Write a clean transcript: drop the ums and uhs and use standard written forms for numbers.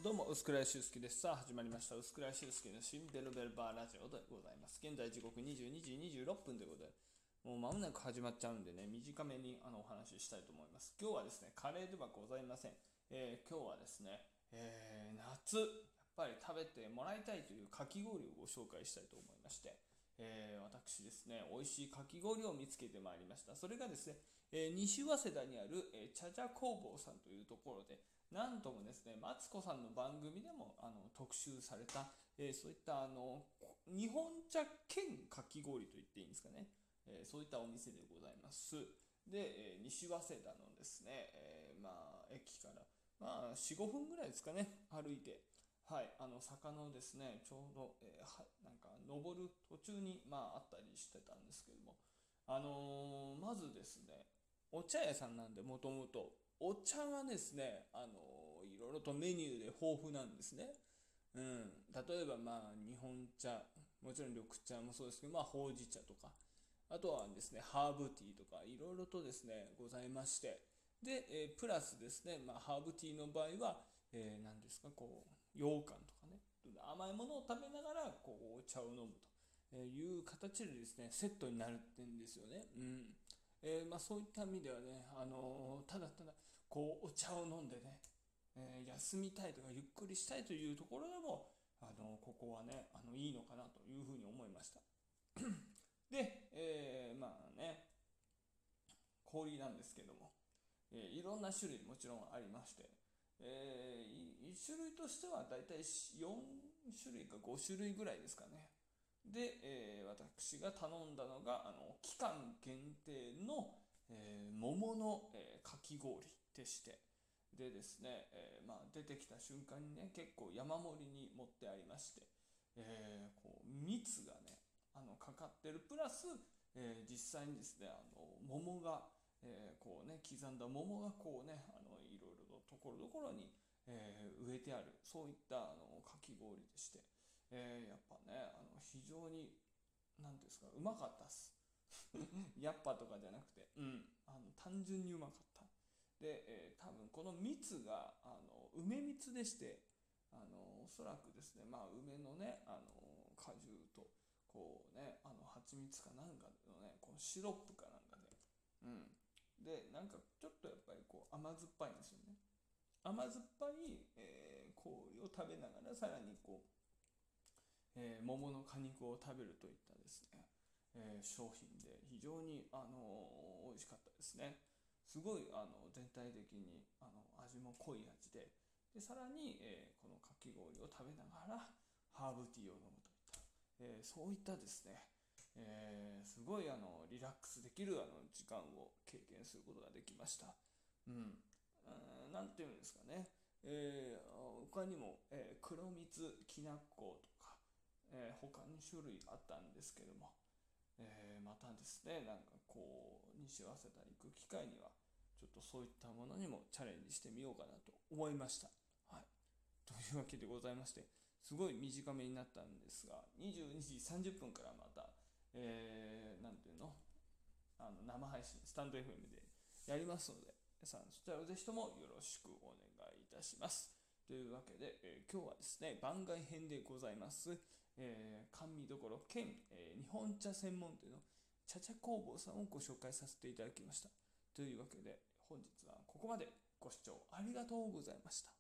どうも、薄倉修介です。さあ、始まりました。薄倉修介の新ベルベルバーラジオでございます。現在時刻22時26分ということで、もう間もなく始まっちゃうんでね、短めにお話ししたいと思います。今日はですね、カレーではございません。今日はですね、夏、やっぱり食べてもらいたいというかき氷をご紹介したいと思いまして、私ですね、美味しいかき氷を見つけてまいりました。それがですね、西早稲田にある、チャチャ工房さんというところで、なんともですね、マツコさんの番組でも特集された、そういった日本茶兼かき氷と言っていいんですかね、そういったお店でございます。で、西早稲田のですね、駅から、4、5分ぐらいですかね、歩いて、はい、坂のですね、ちょうど、なんか登る途中に、あったりしてたんですけども、まずですね、お茶屋さんなんで、もともとお茶がですね、いろいろとメニューで豊富なんですね。うん、例えば日本茶、もちろん緑茶もそうですけど、ほうじ茶とか、あとはですね、ハーブティーとかいろいろとですねございまして、で、プラスですね、ハーブティーの場合は、何ですか、こう羊羹とかね、甘いものを食べながらこうお茶を飲むという形でですねセットになるってんですよね。うん。そういった意味ではね、ただただこうお茶を飲んでね、休みたいとかゆっくりしたいというところでも、ここはねいいのかなというふうに思いました。で、氷なんですけども、いろんな種類もちろんありまして、1種類としてはだいたい4種類か5種類ぐらいですかね。で、私が頼んだのが期間限定の、桃の、かき氷でして、でですね、出てきた瞬間にね結構山盛りに持ってありまして、こう蜜がねかかってるプラス、実際にですね桃が、こうね刻んだ桃がこうねいろいろとところどころに、植えてある、そういったかき氷でして、やっぱね非常に何ていうんですか、うまかったっす。やっぱとかじゃなくて、単純にうまかった。で、多分この蜜が梅蜜でして、おそらくですね、梅のね果汁とこうね蜂蜜かなんかのねこのシロップかなんかで、でなんかちょっとやっぱりこう甘酸っぱいんですよね。甘酸っぱい、氷を食べながらさらにこう、桃の果肉を食べるといったですね、商品で非常に、美味しかったですね。すごい全体的に味も濃い味で、さらに、このかき氷を食べながらハーブティーを飲むといった、そういったですね、すごいリラックスできる時間を経験することができました。うん、なんていうんですかね、他にも、黒蜜きな粉とか、他に種類あったんですけども、またですねなんかこう西早稲田に行く機会にはちょっとそういったものにもチャレンジしてみようかなと思いました。はい、というわけでございまして、すごい短めになったんですが、22時30分からまた、なんていうの、生配信スタンド FM でやりますので、皆さんそちらをぜひともよろしくお願いいたします。というわけで、今日はですね番外編でございます、甘味どころ兼、日本茶専門店の茶々工房さんをご紹介させていただきました。というわけで本日はここまで。ご視聴ありがとうございました。